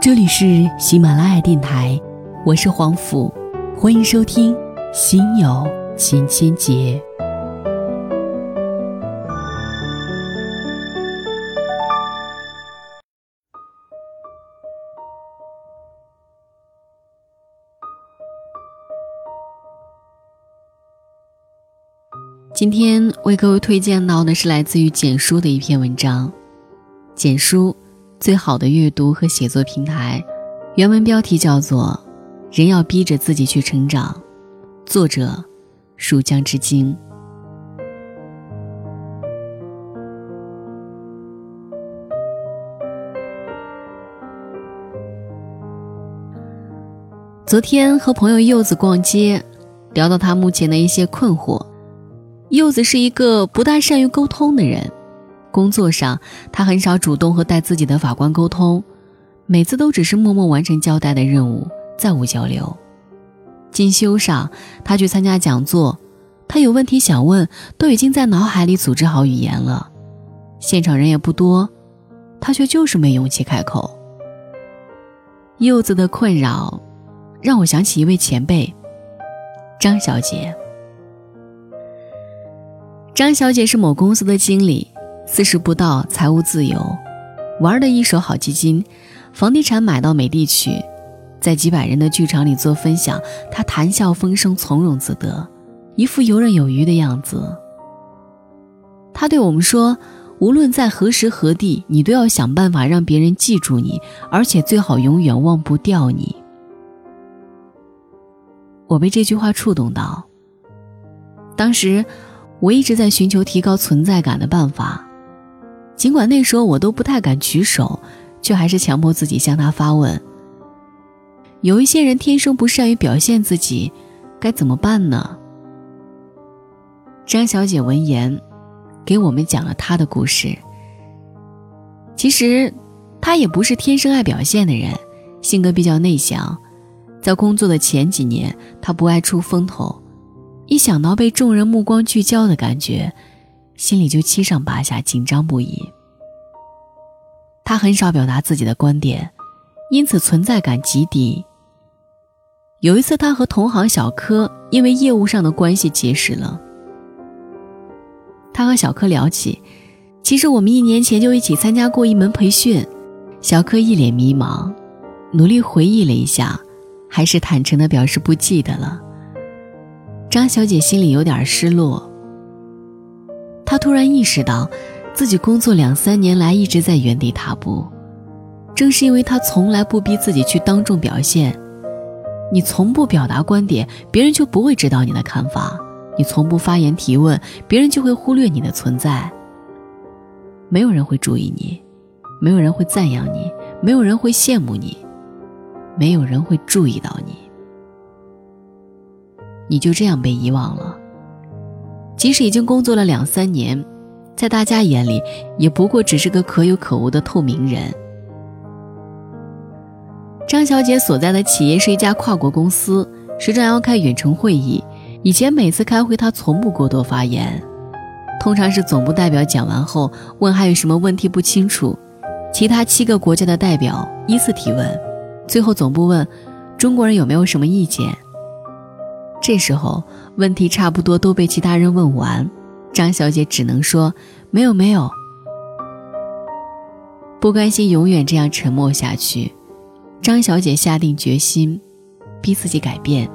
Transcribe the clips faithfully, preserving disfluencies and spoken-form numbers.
这里是喜马拉雅电台，我是黄甫，欢迎收听心有千千结。今天为各位推荐到的是来自于简书的一篇文章，简书最好的阅读和写作平台，原文标题叫做人要逼着自己去成长，作者蜀江之鲸。昨天和朋友柚子逛街，聊到他目前的一些困惑。柚子是一个不大善于沟通的人，工作上他很少主动和带自己的法官沟通，每次都只是默默完成交代的任务，再无交流。进修上他去参加讲座，他有问题想问，都已经在脑海里组织好语言了，现场人也不多，他却就是没勇气开口。柚子的困扰让我想起一位前辈，张小姐。张小姐是某公司的经理，四十不到，财务自由，玩的一手好基金，房地产买到美地去，在几百人的剧场里做分享，她谈笑风生，从容自得，一副游刃有余的样子。她对我们说，无论在何时何地，你都要想办法让别人记住你，而且最好永远忘不掉你。我被这句话触动到，当时我一直在寻求提高存在感的办法，尽管那时候我都不太敢举手，却还是强迫自己向他发问。有一些人天生不善于表现自己，该怎么办呢？张小姐闻言，给我们讲了她的故事。其实，她也不是天生爱表现的人，性格比较内向。在工作的前几年，她不爱出风头。一想到被众人目光聚焦的感觉，心里就七上八下，紧张不已。他很少表达自己的观点，因此存在感极低。有一次他和同行小柯因为业务上的关系结识了，他和小柯聊起，其实我们一年前就一起参加过一门培训。小柯一脸迷茫，努力回忆了一下，还是坦诚地表示不记得了。张小姐心里有点失落，她突然意识到自己工作两三年来一直在原地踏步，正是因为她从来不逼自己去当众表现。你从不表达观点，别人就不会知道你的看法；你从不发言提问，别人就会忽略你的存在。没有人会注意你，没有人会赞扬你，没有人会羡慕你，没有人会注意到你。你就这样被遗忘了，即使已经工作了两三年，在大家眼里也不过只是个可有可无的透明人。张小姐所在的企业是一家跨国公司，时常要开远程会议，以前每次开会她从不过多发言，通常是总部代表讲完后问还有什么问题不清楚，其他七个国家的代表依次提问，最后总部问中国人有没有什么意见。这时候问题差不多都被其他人问完，张小姐只能说没有没有。不甘心永远这样沉默下去，张小姐下定决心逼自己改变。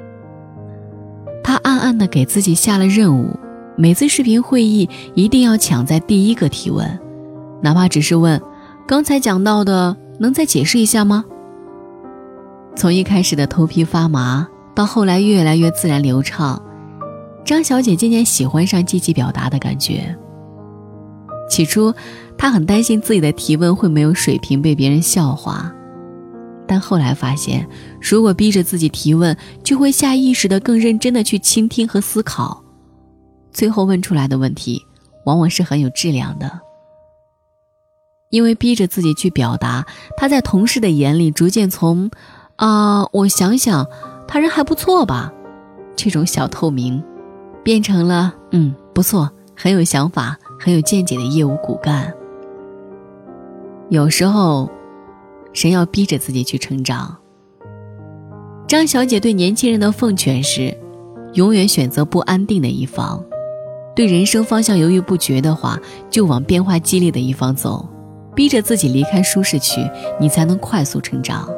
她暗暗地给自己下了任务，每次视频会议一定要抢在第一个提问，哪怕只是问刚才讲到的能再解释一下吗？从一开始的头皮发麻到后来越来越自然流畅，张小姐渐渐喜欢上积极表达的感觉。起初她很担心自己的提问会没有水平，被别人笑话，但后来发现如果逼着自己提问，就会下意识地更认真地去倾听和思考，最后问出来的问题往往是很有质量的。因为逼着自己去表达，她在同事的眼里逐渐从啊、呃，我想想他人还不错吧，这种小透明变成了嗯不错，很有想法，很有见解的业务骨干。有时候谁要逼着自己去成长。张小姐对年轻人的奉劝是，永远选择不安定的一方，对人生方向犹豫不决的话，就往变化激烈的一方走，逼着自己离开舒适区，你才能快速成长。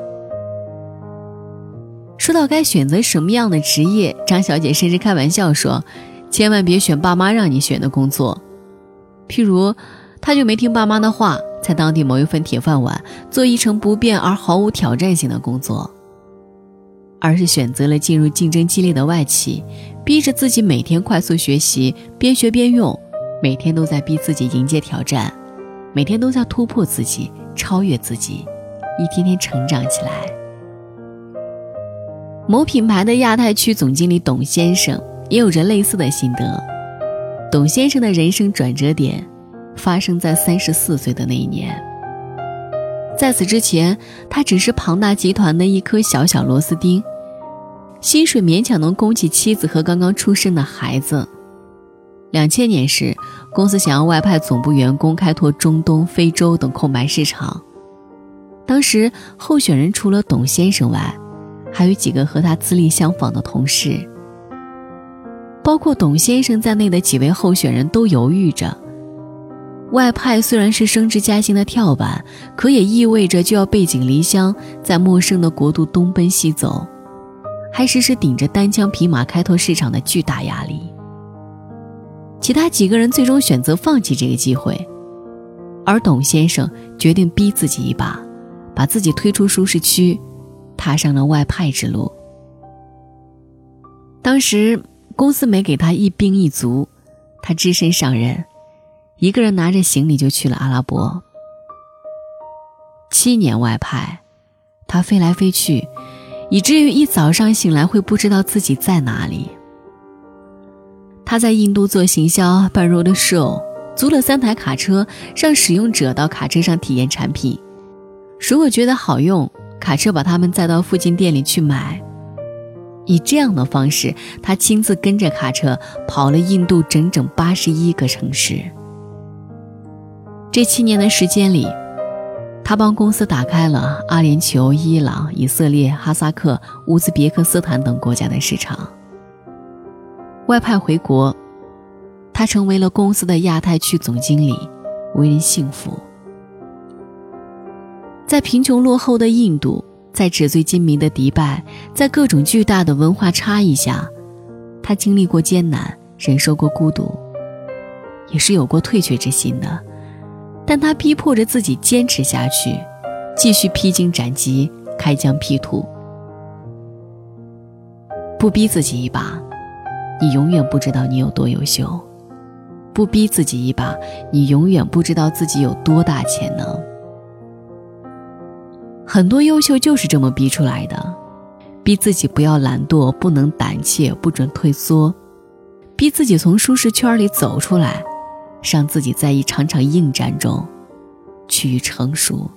说到该选择什么样的职业，张小姐甚至开玩笑说，千万别选爸妈让你选的工作。譬如她就没听爸妈的话，在当地某一份铁饭碗做一成不变而毫无挑战性的工作，而是选择了进入竞争激烈的外企，逼着自己每天快速学习，边学边用，每天都在逼自己迎接挑战，每天都在突破自己，超越自己，一天天成长起来。某品牌的亚太区总经理董先生也有着类似的心得。董先生的人生转折点发生在三十四岁的那一年。在此之前，他只是庞大集团的一颗小小螺丝钉，薪水勉强能供给妻子和刚刚出生的孩子。两千年时，公司想要外派总部员工开拓中东、非洲等空白市场。当时候选人除了董先生外，还有几个和他资历相仿的同事。包括董先生在内的几位候选人都犹豫着，外派虽然是升职加薪的跳板，可也意味着就要背井离乡，在陌生的国度东奔西走，还时时顶着单枪匹马开拓市场的巨大压力。其他几个人最终选择放弃这个机会，而董先生决定逼自己一把，把自己推出舒适区，踏上了外派之路。当时公司没给他一兵一卒，他只身上任，一个人拿着行李就去了阿拉伯。七年外派，他飞来飞去，以至于一早上醒来会不知道自己在哪里。他在印度做行销，办 road show， 租了三台卡车，让使用者到卡车上体验产品。如果觉得好用，卡车把他们载到附近店里去买。以这样的方式，他亲自跟着卡车跑了印度整整八十一个城市。这七年的时间里，他帮公司打开了阿联酋、伊朗、以色列、哈萨克、乌兹别克斯坦等国家的市场。外派回国，他成为了公司的亚太区总经理，为人幸福。在贫穷落后的印度，在纸醉金迷的迪拜，在各种巨大的文化差异下，他经历过艰难，忍受过孤独，也是有过退却之心的。但他逼迫着自己坚持下去，继续披荆斩棘，开疆辟土。不逼自己一把，你永远不知道你有多优秀；不逼自己一把，你永远不知道自己有多大潜能。很多优秀就是这么逼出来的，逼自己不要懒惰，不能胆怯，不准退缩，逼自己从舒适圈里走出来，让自己在一场场硬战中趋于成熟。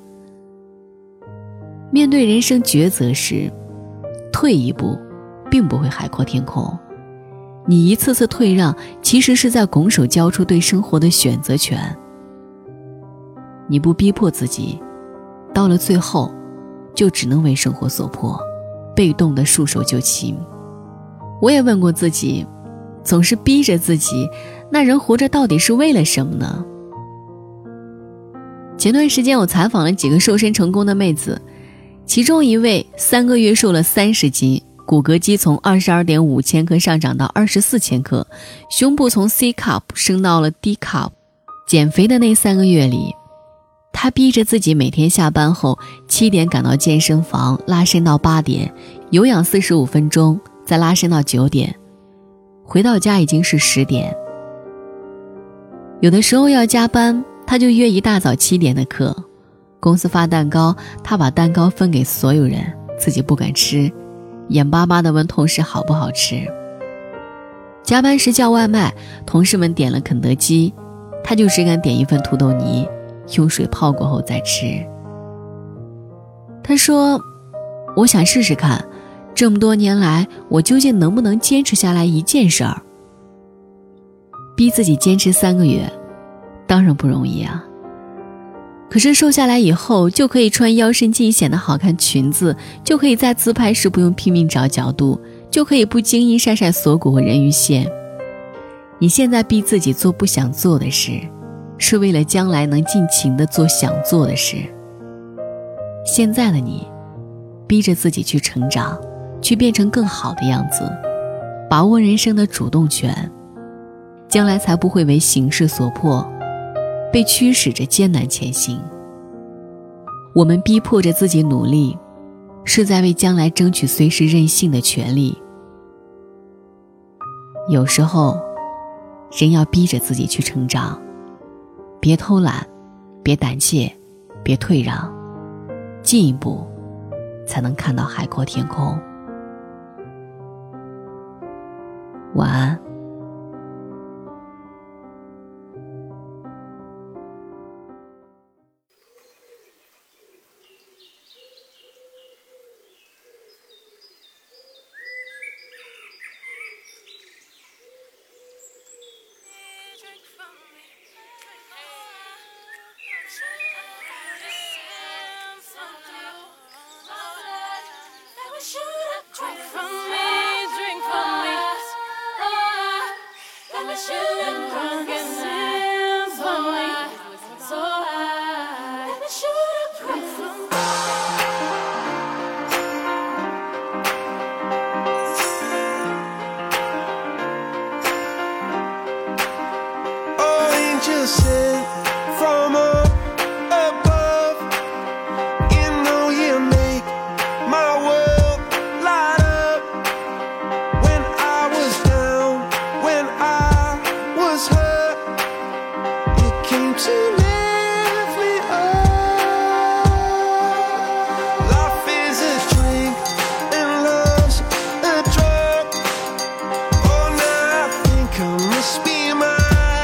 面对人生抉择时，退一步并不会海阔天空，你一次次退让，其实是在拱手交出对生活的选择权。你不逼迫自己，到了最后就只能为生活所迫，被动的束手就擒。我也问过自己，总是逼着自己，那人活着到底是为了什么呢？前段时间我采访了几个瘦身成功的妹子，其中一位三个月瘦了三十斤，骨骼肌从 二十二点五千克上涨到二十四千克，胸部从 C cup 升到了 D cup。 减肥的那三个月里，他逼着自己每天下班后七点赶到健身房，拉伸到八点，有氧四十五分钟，再拉伸到九点，回到家已经是十点。有的时候要加班，他就约一大早七点的课。公司发蛋糕，他把蛋糕分给所有人，自己不敢吃，眼巴巴地问同事好不好吃。加班时叫外卖，同事们点了肯德基，他就只敢点一份土豆泥，用水泡过后再吃。他说，我想试试看，这么多年来我究竟能不能坚持下来一件事儿。逼自己坚持三个月，当然不容易啊。 可是瘦下来以后，就可以穿腰身尽显的好看裙子，就可以在自拍时不用拼命找角度，就可以不经意晒晒锁骨和人鱼线。你现在逼自己做不想做的事，是为了将来能尽情地做想做的事。现在的你，逼着自己去成长，去变成更好的样子，把握人生的主动权，将来才不会为形势所迫，被驱使着艰难前行。我们逼迫着自己努力，是在为将来争取随时任性的权利。有时候，人要逼着自己去成长，别偷懒，别胆怯，别退让，进一步才能看到海阔天空。晚安。 Just sent from up above, you know you make my world light up. When I was down, when I was hurt, you came to lift me up. Life is a drink and love's a drug. Oh, now I think I must be mine.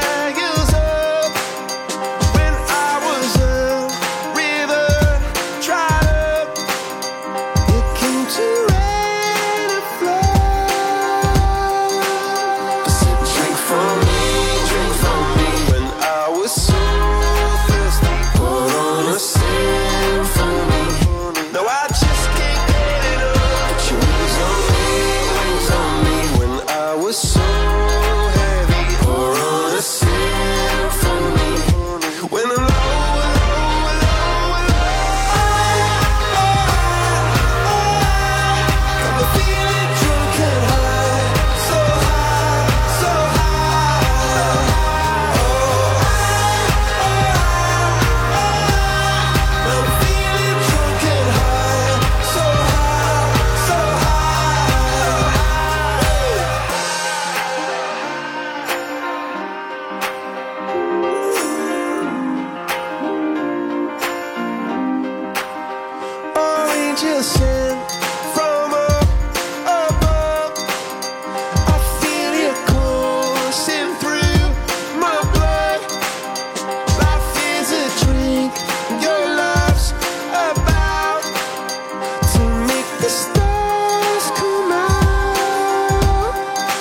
Just sent from up above, I feel it coursing through my blood. Life is a drink, your love's about to make the stars come out.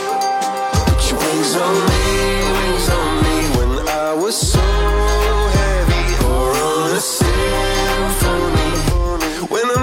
Put your wings on me, wings on me when I was so heavy, or on a symphony. When I'm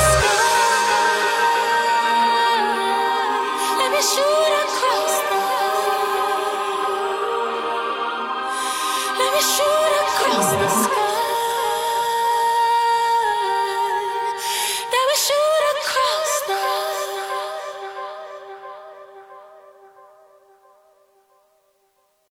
shoot across the shoot across the sky.